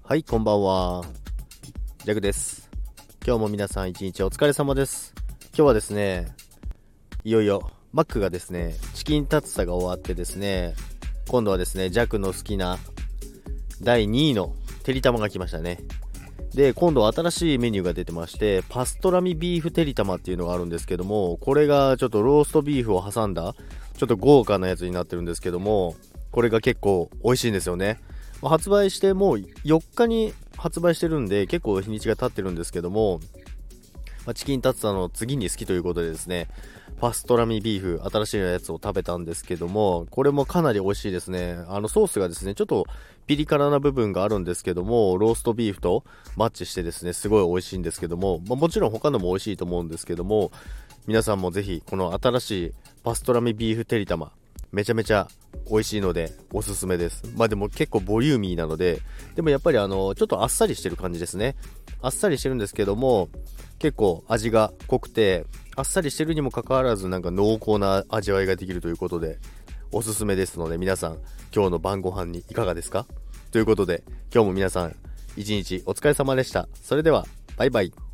はい、こんばんは。ジャグです。今日も皆さん一日お疲れ様です。今日はですね、いよいよマックがですね、チキンタツタが終わってですね、今度はですね、ジャグの好きな第2位のてりたまが来ましたね。で、今度は新しいメニューが出てまして、パストラミビーフてりたまっていうのがあるんですけども、これがちょっとローストビーフを挟んだちょっと豪華なやつになってるんですけども、これが結構美味しいんですよね。発売してもう4日に発売してるんで結構日にちが経ってるんですけども、チキンタツタの次に好きということでですね、パストラミビーフ新しいやつを食べたんですけども、これもかなり美味しいですね。ソースがですねちょっとピリ辛な部分があるんですけども、ローストビーフとマッチしてですねすごい美味しいんですけども、もちろん他のも美味しいと思うんですけども、皆さんもぜひこの新しいパストラミビーフてりたまめちゃめちゃ美味しいのでおすすめです。でも結構ボリューミーなので、でもやっぱりちょっとあっさりしてる感じですね。あっさりしてるんですけども、結構味が濃くて、あっさりしてるにもかかわらずなんか濃厚な味わいができるということでおすすめですので、皆さん今日の晩ご飯にいかがですかということで、今日も皆さん一日お疲れ様でした。それではバイバイ。